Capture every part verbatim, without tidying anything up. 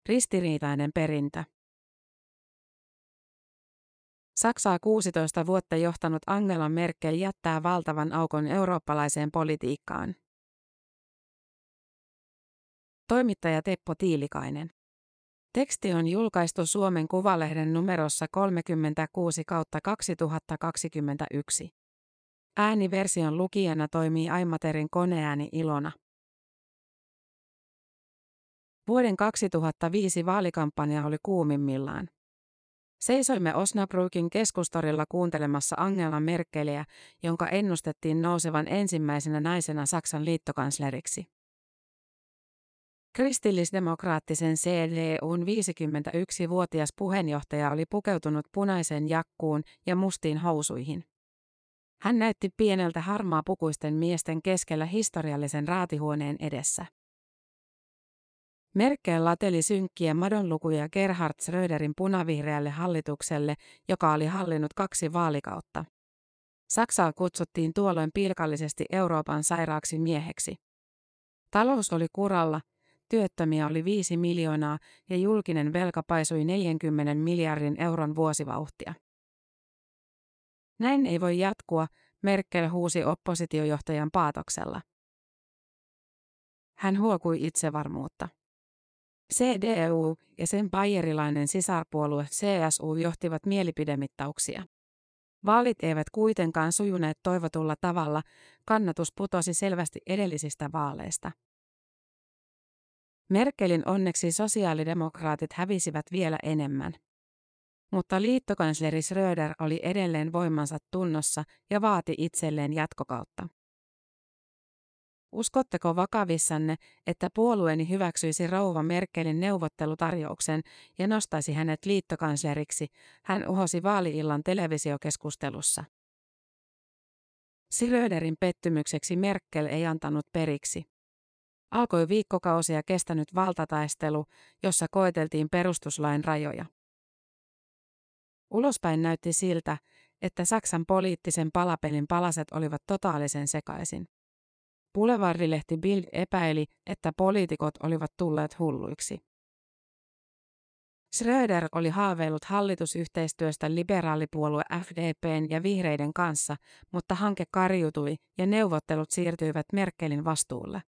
Ristiriitainen perintö. Saksaa kuusitoista vuotta johtanut Angela Merkel jättää valtavan aukon eurooppalaiseen politiikkaan. Toimittaja Teppo Tiilikainen. Teksti on julkaistu Suomen Kuvalehden numerossa kolmekymmentäkuusi kautta kaksituhattakaksikymmentäyksi. Ääniversion lukijana toimii Aimaterin koneääni Ilona. Vuoden kaksituhattaviisi vaalikampanja oli kuumimmillaan. Seisoimme Osnabrükin keskustorilla kuuntelemassa Angela Merkeliä, jonka ennustettiin nousevan ensimmäisenä naisena Saksan liittokansleriksi. Kristillisdemokraattisen C D U:n viisikymmentäyksivuotias puheenjohtaja oli pukeutunut punaiseen jakkuun ja mustiin housuihin. Hän näytti pieneltä harmaapukuisten miesten keskellä historiallisen raatihuoneen edessä. Merkel lateli synkkiä madonlukuja Gerhard Schröderin punavihreälle hallitukselle, joka oli hallinnut kaksi vaalikautta. Saksaa kutsuttiin tuolloin pilkallisesti Euroopan sairaaksi mieheksi. Talous oli kuralla, työttömiä oli viisi miljoonaa ja julkinen velka paisui neljänkymmenen miljardin euron vuosivauhtia. Näin ei voi jatkua, Merkel huusi oppositiojohtajan paatoksella. Hän huokui itsevarmuutta. C D U ja sen bayerilainen sisarpuolue C S U johtivat mielipidemittauksia. Vaalit eivät kuitenkaan sujuneet toivotulla tavalla, kannatus putosi selvästi edellisistä vaaleista. Merkelin onneksi sosiaalidemokraatit hävisivät vielä enemmän. Mutta liittokansleri Schröder oli edelleen voimansa tunnossa ja vaati itselleen jatkokautta. Uskotteko vakavissanne, että puolueeni hyväksyisi rouva Merkelin neuvottelutarjouksen ja nostaisi hänet liittokansleriksi, hän uhosi vaali-illan televisiokeskustelussa. Schröderin pettymykseksi Merkel ei antanut periksi. Alkoi viikkokausia kestänyt valtataistelu, jossa koeteltiin perustuslain rajoja. Ulospäin näytti siltä, että Saksan poliittisen palapelin palaset olivat totaalisen sekaisin. Boulevardilehti Bild epäili, että poliitikot olivat tulleet hulluiksi. Schröder oli haaveillut hallitusyhteistyöstä liberaalipuolue F D P:n ja vihreiden kanssa, mutta hanke kariutui ja neuvottelut siirtyivät Merkelin vastuulle.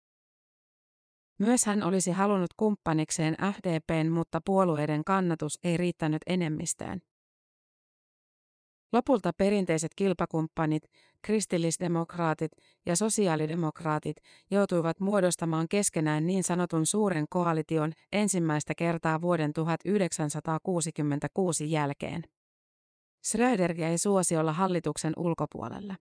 Myös hän olisi halunnut kumppanikseen F D P:n, mutta puolueiden kannatus ei riittänyt enemmistöön. Lopulta perinteiset kilpakumppanit, kristillisdemokraatit ja sosiaalidemokraatit joutuivat muodostamaan keskenään niin sanotun suuren koalition ensimmäistä kertaa vuoden tuhatyhdeksänsataakuusikymmentäkuusi jälkeen. Schröder jäi suosiolla hallituksen ulkopuolelle.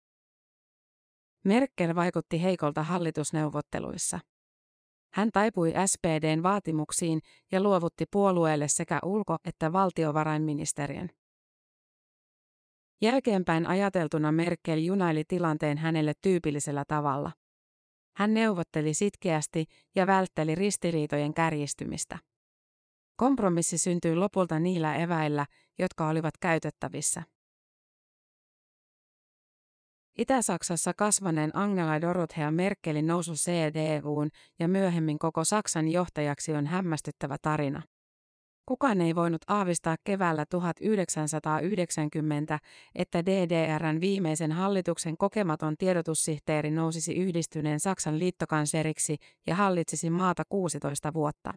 Merkel vaikutti heikolta hallitusneuvotteluissa. Hän taipui S P D:n vaatimuksiin ja luovutti puolueelle sekä ulko- että valtiovarainministeriön. Jälkeenpäin ajateltuna Merkel junaili tilanteen hänelle tyypillisellä tavalla. Hän neuvotteli sitkeästi ja vältteli ristiriitojen kärjistymistä. Kompromissi syntyi lopulta niillä eväillä, jotka olivat käytettävissä. Itä-Saksassa kasvaneen Angela Dorothea Merkelin nousu C D U:n ja myöhemmin koko Saksan johtajaksi on hämmästyttävä tarina. Kukaan ei voinut aavistaa keväällä tuhatyhdeksänsataayhdeksänkymmentä, että D D R:n viimeisen hallituksen kokematon tiedotussihteeri nousisi yhdistyneen Saksan liittokansleriksi ja hallitsisi maata kuusitoista vuotta.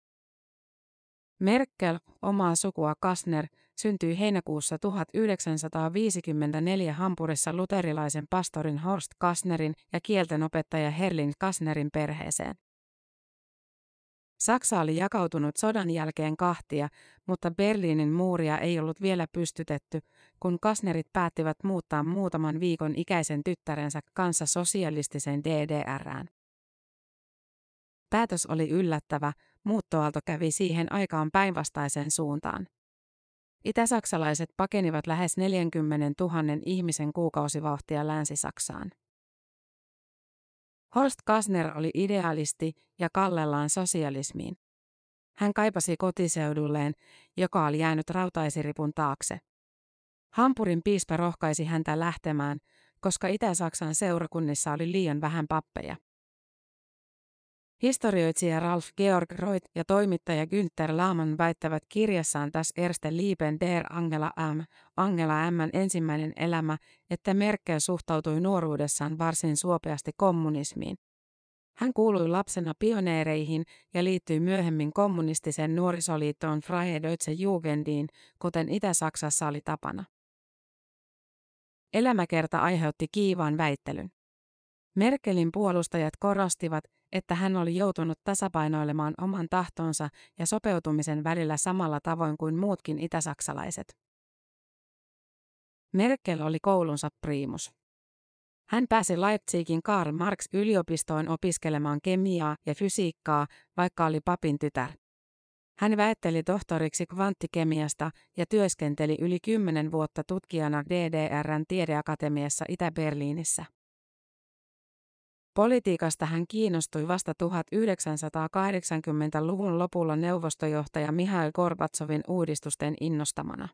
Merkel, omaa sukua Kastner, syntyi heinäkuussa tuhatyhdeksänsataaviisikymmentäneljä Hampurissa luterilaisen pastorin Horst Kastnerin ja kieltenopettaja Herlin Kastnerin perheeseen. Saksa oli jakautunut sodan jälkeen kahtia, mutta Berliinin muuria ei ollut vielä pystytetty, kun Kastnerit päättivät muuttaa muutaman viikon ikäisen tyttärensä kanssa sosialistiseen D D R:ään. Päätös oli yllättävä, muuttoaalto kävi siihen aikaan päinvastaiseen suuntaan. Itä-saksalaiset pakenivat lähes neljänkymmenentuhannen ihmisen kuukausivauhtia Länsi-Saksaan. Horst Kastner oli idealisti ja kallellaan sosialismiin. Hän kaipasi kotiseudulleen, joka oli jäänyt rautaisiripun taakse. Hampurin piispa rohkaisi häntä lähtemään, koska Itä-Saksan seurakunnissa oli liian vähän pappeja. Historioitsija Ralf Georg Reuth ja toimittaja Günther Lahmann väittävät kirjassaan Das erste Leben der Angela M. Angela M:n ensimmäinen elämä, että Merkel suhtautui nuoruudessaan varsin suopeasti kommunismiin. Hän kuului lapsena pioneereihin ja liittyi myöhemmin kommunistiseen nuorisoliittoon Freie Deutsche Jugendiin, kuten Itä-Saksassa oli tapana. Elämäkerta aiheutti kiivaan väittelyn. Merkelin puolustajat korostivat, että hän oli joutunut tasapainoilemaan oman tahtonsa ja sopeutumisen välillä samalla tavoin kuin muutkin itäsaksalaiset. Merkel oli koulunsa priimus. Hän pääsi Leipzigin Karl Marx-yliopistoon opiskelemaan kemiaa ja fysiikkaa, vaikka oli papin tytär. Hän väitteli tohtoriksi kvanttikemiasta ja työskenteli yli kymmenen vuotta tutkijana D D R:n tiedeakatemiassa Itä-Berliinissä. Politiikasta hän kiinnostui vasta tuhatyhdeksänsataakahdeksankymmentäluvun lopulla neuvostojohtaja Mihail Gorbatsovin uudistusten innostamana.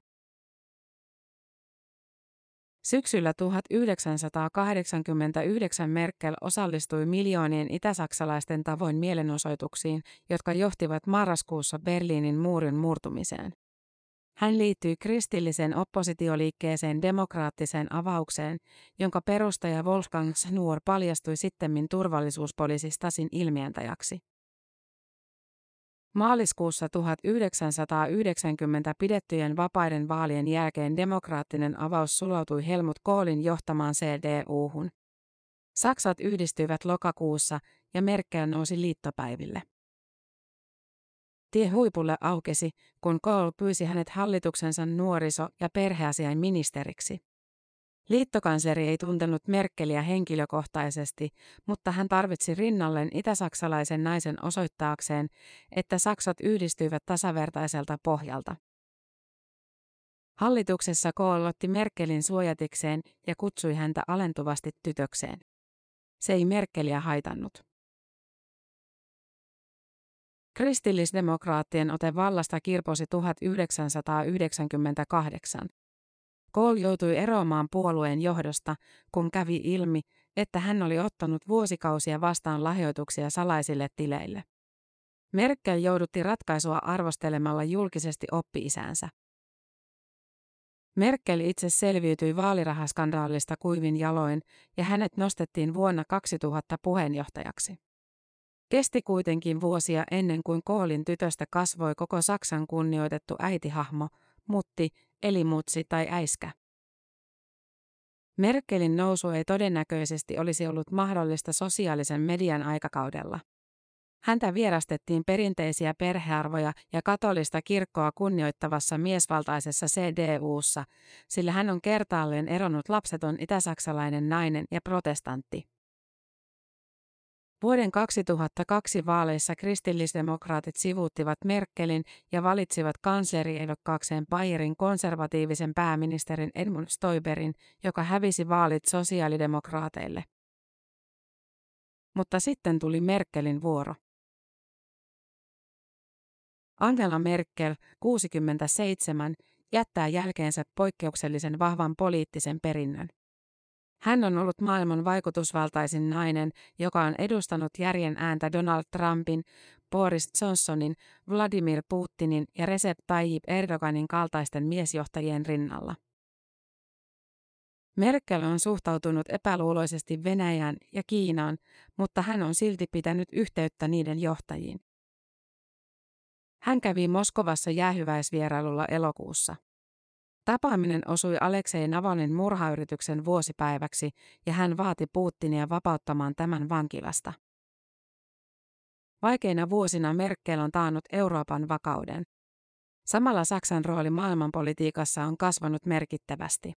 Syksyllä tuhatyhdeksänsataakahdeksankymmentäyhdeksän Merkel osallistui miljoonien itäsaksalaisten tavoin mielenosoituksiin, jotka johtivat marraskuussa Berliinin muurin murtumiseen. Hän liittyi kristilliseen oppositioliikkeeseen Demokraattiseen avaukseen, jonka perustaja Wolfgang Schnuer paljastui sittemmin turvallisuuspoliisi Stasin ilmiantajaksi. Maaliskuussa tuhatyhdeksänsataayhdeksänkymmentä pidettyjen vapaiden vaalien jälkeen demokraattinen avaus sulautui Helmut Kohlin johtamaan C D U:hun. Saksat yhdistyivät lokakuussa ja Merkel nousi liittopäiville. Tie huipulle aukesi, kun Kohl pyysi hänet hallituksensa nuoriso- ja perheasiainministeriksi. Liittokansleri ei tuntenut Merkeliä henkilökohtaisesti, mutta hän tarvitsi rinnalleen itäsaksalaisen naisen osoittaakseen, että Saksat yhdistyivät tasavertaiselta pohjalta. Hallituksessa Kohl otti Merkelin suojatikseen ja kutsui häntä alentuvasti tytökseen. Se ei Merkeliä haitannut. Kristillisdemokraattien ote vallasta kirposi tuhatyhdeksänsataayhdeksänkymmentäkahdeksan. Kohl joutui eroamaan puolueen johdosta, kun kävi ilmi, että hän oli ottanut vuosikausia vastaan lahjoituksia salaisille tileille. Merkel joudutti ratkaisua arvostelemalla julkisesti oppi-isänsä. Merkel itse selviytyi vaalirahaskandaalista kuivin jaloin ja hänet nostettiin vuonna kaksituhatta puheenjohtajaksi. Kesti kuitenkin vuosia ennen kuin Kohlin tytöstä kasvoi koko Saksan kunnioitettu äitihahmo, mutti, eli mutsi tai äiskä. Merkelin nousu ei todennäköisesti olisi ollut mahdollista sosiaalisen median aikakaudella. Häntä vierastettiin perinteisiä perhearvoja ja katolista kirkkoa kunnioittavassa miesvaltaisessa C D U:ssa, sillä hän on kertaalleen eronnut lapseton itäsaksalainen nainen ja protestantti. Vuoden kaksituhattakaksi vaaleissa kristillisdemokraatit sivuuttivat Merkelin ja valitsivat kansleriehdokkakseen Bayerin konservatiivisen pääministerin Edmund Stoiberin, joka hävisi vaalit sosiaalidemokraateille. Mutta sitten tuli Merkelin vuoro. Angela Merkel, kuusikymmentäseitsemän, jättää jälkeensä poikkeuksellisen vahvan poliittisen perinnön. Hän on ollut maailman vaikutusvaltaisin nainen, joka on edustanut järjen ääntä Donald Trumpin, Boris Johnsonin, Vladimir Putinin ja Recep Tayyip Erdoganin kaltaisten miesjohtajien rinnalla. Merkel on suhtautunut epäluuloisesti Venäjään ja Kiinaan, mutta hän on silti pitänyt yhteyttä niiden johtajiin. Hän kävi Moskovassa jäähyväisvierailulla elokuussa. Tapaaminen osui Aleksei Navalnin murhayrityksen vuosipäiväksi ja hän vaati Putinia vapauttamaan tämän vankilasta. Vaikeina vuosina Merkel on taannut Euroopan vakauden. Samalla Saksan rooli maailmanpolitiikassa on kasvanut merkittävästi.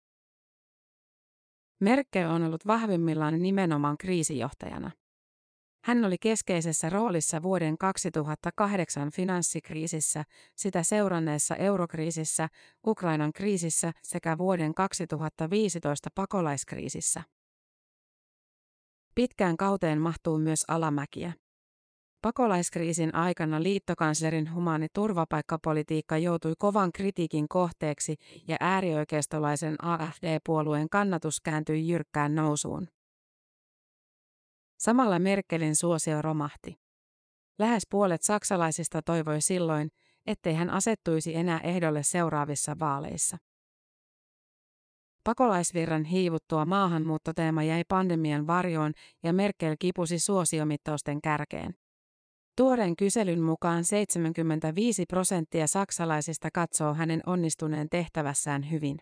Merkel on ollut vahvimmillaan nimenomaan kriisijohtajana. Hän oli keskeisessä roolissa vuoden kaksituhattakahdeksan finanssikriisissä, sitä seuranneessa eurokriisissä, Ukrainan kriisissä sekä vuoden kaksituhattaviisitoista pakolaiskriisissä. Pitkään kauteen mahtuu myös alamäkiä. Pakolaiskriisin aikana liittokanslerin humaani turvapaikkapolitiikka joutui kovan kritiikin kohteeksi ja äärioikeistolaisen A F D-puolueen kannatus kääntyi jyrkkään nousuun. Samalla Merkelin suosio romahti. Lähes puolet saksalaisista toivoi silloin, ettei hän asettuisi enää ehdolle seuraavissa vaaleissa. Pakolaisvirran hiivuttua maahanmuuttoteema jäi pandemian varjoon ja Merkel kipusi suosiomittausten kärkeen. Tuoreen kyselyn mukaan seitsemänkymmentäviisi prosenttia saksalaisista katsoo hänen onnistuneen tehtävässään hyvin.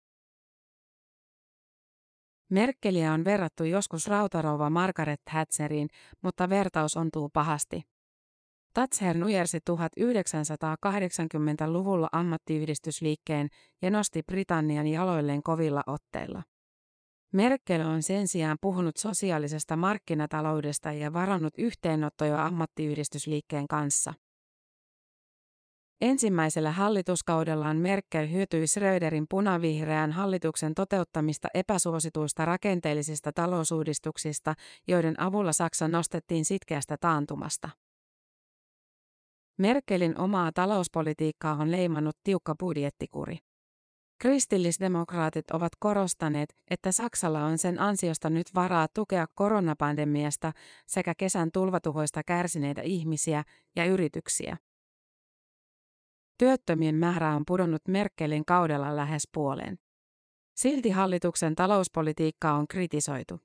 Merkeliä on verrattu joskus rautarouva Margaret Thatcheriin, mutta vertaus ontuu pahasti. Thatcher nujersi tuhatyhdeksänsataakahdeksankymmentäluvulla ammattiyhdistysliikkeen ja nosti Britannian jaloilleen kovilla otteilla. Merkel on sen sijaan puhunut sosiaalisesta markkinataloudesta ja varannut yhteenottoja ammattiyhdistysliikkeen kanssa. Ensimmäisellä hallituskaudellaan Merkel hyötyi Schröderin punavihreän hallituksen toteuttamista epäsuosituista rakenteellisista talousuudistuksista, joiden avulla Saksa nostettiin sitkeästä taantumasta. Merkelin omaa talouspolitiikkaa on leimannut tiukka budjettikuri. Kristillisdemokraatit ovat korostaneet, että Saksalla on sen ansiosta nyt varaa tukea koronapandemiasta sekä kesän tulvatuhoista kärsineitä ihmisiä ja yrityksiä. Työttömien määrä on pudonnut Merkelin kaudella lähes puoleen. Silti hallituksen talouspolitiikkaa on kritisoitu.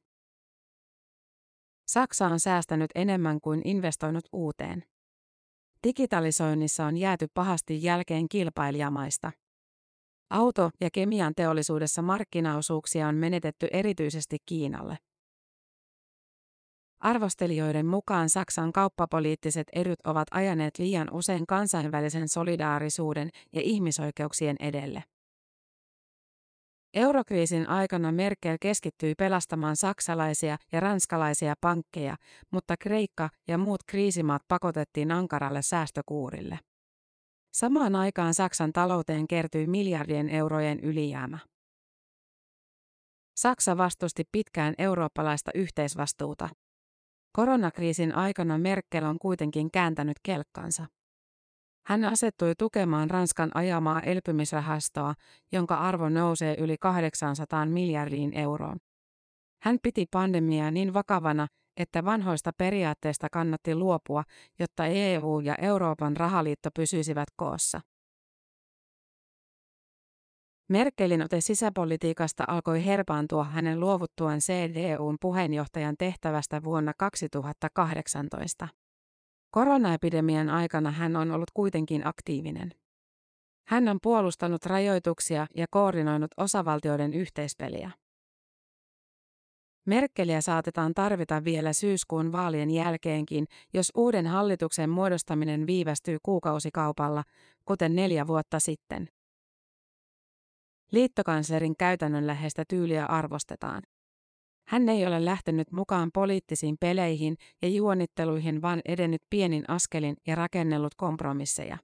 Saksa on säästänyt enemmän kuin investoinut uuteen. Digitalisoinnissa on jääty pahasti jälkeen kilpailijamaista. Auto- ja kemian teollisuudessa markkinaosuuksia on menetetty erityisesti Kiinalle. Arvostelijoiden mukaan Saksan kauppapoliittiset edyt ovat ajaneet liian usein kansainvälisen solidaarisuuden ja ihmisoikeuksien edelle. Eurokriisin aikana Merkel keskittyi pelastamaan saksalaisia ja ranskalaisia pankkeja, mutta Kreikka ja muut kriisimaat pakotettiin ankaralle säästökuurille. Samaan aikaan Saksan talouteen kertyi miljardien eurojen ylijäämä. Saksa vastusti pitkään eurooppalaista yhteisvastuuta. Koronakriisin aikana Merkel on kuitenkin kääntänyt kelkkansa. Hän asettui tukemaan Ranskan ajamaa elpymisrahastoa, jonka arvo nousee yli kahdeksansataan miljardiin euroon. Hän piti pandemiaa niin vakavana, että vanhoista periaatteista kannatti luopua, jotta E U ja Euroopan rahaliitto pysyisivät koossa. Merkelin ote sisäpolitiikasta alkoi herpaantua hänen luovuttuaan C D U:n puheenjohtajan tehtävästä vuonna kaksituhattakahdeksantoista. Koronaepidemian aikana hän on ollut kuitenkin aktiivinen. Hän on puolustanut rajoituksia ja koordinoinut osavaltioiden yhteispeliä. Merkeliä saatetaan tarvita vielä syyskuun vaalien jälkeenkin, jos uuden hallituksen muodostaminen viivästyy kuukausikaupalla, kuten neljä vuotta sitten. Liittokanslerin käytännönläheistä tyyliä arvostetaan. Hän ei ole lähtenyt mukaan poliittisiin peleihin ja juonitteluihin, vaan edennyt pienin askelin ja rakennellut kompromisseja.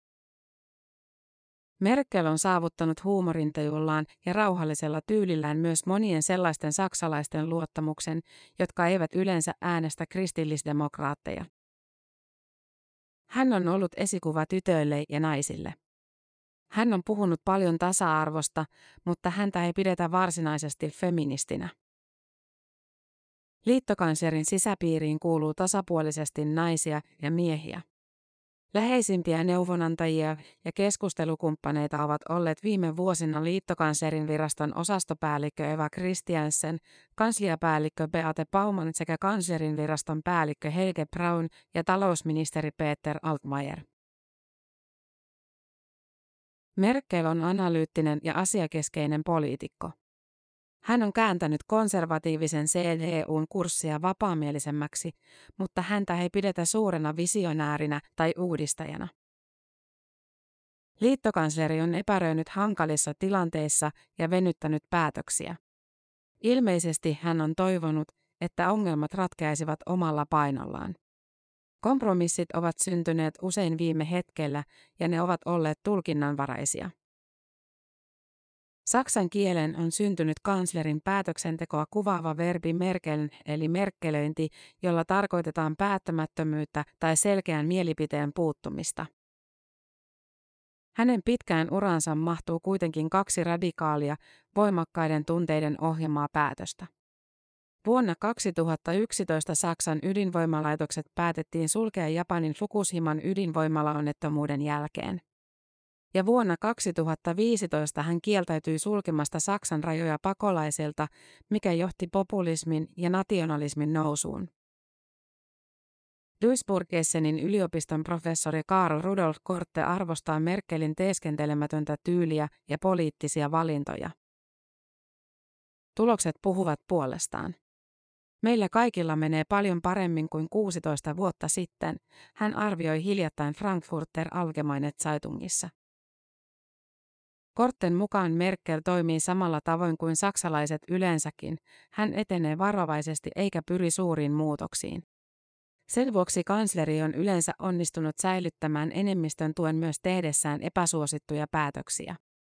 Merkel on saavuttanut huumorintajullaan ja rauhallisella tyylillään myös monien sellaisten saksalaisten luottamuksen, jotka eivät yleensä äänestä kristillisdemokraatteja. Hän on ollut esikuva tytöille ja naisille. Hän on puhunut paljon tasa-arvosta, mutta häntä ei pidetä varsinaisesti feministinä. Liittokanslerin sisäpiiriin kuuluu tasapuolisesti naisia ja miehiä. Läheisimpiä neuvonantajia ja keskustelukumppaneita ovat olleet viime vuosina liittokanslerin viraston osastopäällikkö Eva Christiansen, kansliapäällikkö Beate Baumann sekä kanslerin viraston päällikkö Helge Braun ja talousministeri Peter Altmaier. Merkel on analyyttinen ja asiakeskeinen poliitikko. Hän on kääntänyt konservatiivisen C D U:n kurssia vapaamielisemmäksi, mutta häntä ei pidetä suurena visionäärinä tai uudistajana. Liittokansleri on epäröinyt hankalissa tilanteissa ja venyttänyt päätöksiä. Ilmeisesti hän on toivonut, että ongelmat ratkeaisivat omalla painollaan. Kompromissit ovat syntyneet usein viime hetkellä ja ne ovat olleet tulkinnanvaraisia. Saksan kielen on syntynyt kanslerin päätöksentekoa kuvaava verbi merkeln eli merkkelöinti, jolla tarkoitetaan päättämättömyyttä tai selkeän mielipiteen puuttumista. Hänen pitkään uransa mahtuu kuitenkin kaksi radikaalia, voimakkaiden tunteiden ohjamaa päätöstä. Vuonna kaksituhattayksitoista Saksan ydinvoimalaitokset päätettiin sulkea Japanin Fukushiman ydinvoimalaonnettomuuden jälkeen. Ja vuonna kaksituhattaviisitoista hän kieltäytyi sulkemasta Saksan rajoja pakolaisilta, mikä johti populismin ja nationalismin nousuun. Duisburg-Essenin yliopiston professori Karl Rudolf Korte arvostaa Merkelin teeskentelemätöntä tyyliä ja poliittisia valintoja. Tulokset puhuvat puolestaan. Meillä kaikilla menee paljon paremmin kuin kuusitoista vuotta sitten, hän arvioi hiljattain Frankfurter Allgemeine Zeitungissa. Korten mukaan Merkel toimii samalla tavoin kuin saksalaiset yleensäkin, hän etenee varovaisesti eikä pyri suuriin muutoksiin. Sen vuoksi kansleri on yleensä onnistunut säilyttämään enemmistön tuen myös tehdessään epäsuosittuja päätöksiä.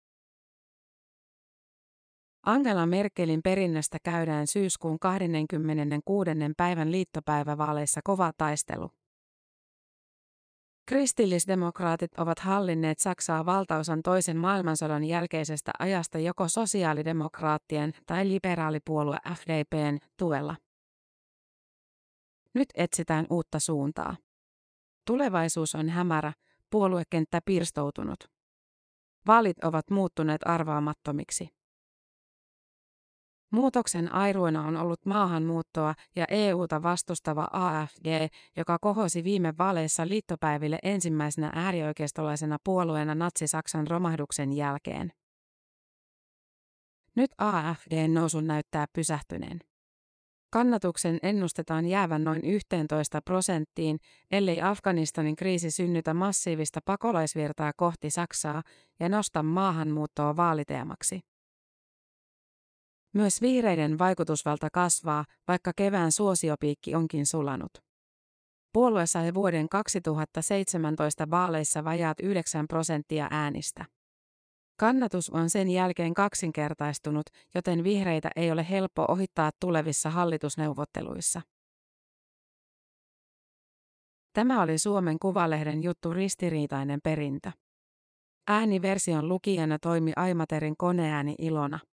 Angela Merkelin perinnöstä käydään syyskuun kahdeskymmeneskuudes päivän liittopäivävaaleissa kova taistelu. Kristillisdemokraatit ovat hallinneet Saksaa valtaosan toisen maailmansodan jälkeisestä ajasta joko sosiaalidemokraattien tai liberaalipuolue F D P:n tuella. Nyt etsitään uutta suuntaa. Tulevaisuus on hämärä, puoluekenttä pirstoutunut. Vaalit ovat muuttuneet arvaamattomiksi. Muutoksen airuena on ollut maahanmuuttoa ja E U:ta vastustava A F D, joka kohosi viime vaaleissa liittopäiville ensimmäisenä äärioikeistolaisena puolueena natsi-Saksan romahduksen jälkeen. Nyt A F D:n nousu näyttää pysähtyneen. Kannatuksen ennustetaan jäävän noin yhteentoista prosenttiin, ellei Afganistanin kriisi synnytä massiivista pakolaisvirtaa kohti Saksaa ja nosta maahanmuuttoa vaaliteemaksi. Myös vihreiden vaikutusvalta kasvaa, vaikka kevään suosiopiikki onkin sulanut. Puolue sai vuoden kaksituhattaseitsemäntoista vaaleissa vajaat yhdeksän prosenttia äänistä. Kannatus on sen jälkeen kaksinkertaistunut, joten vihreitä ei ole helppo ohittaa tulevissa hallitusneuvotteluissa. Tämä oli Suomen Kuvalehden juttu Ristiriitainen perintö. Ääniversion lukijana toimi Aimaterin koneääni Ilona.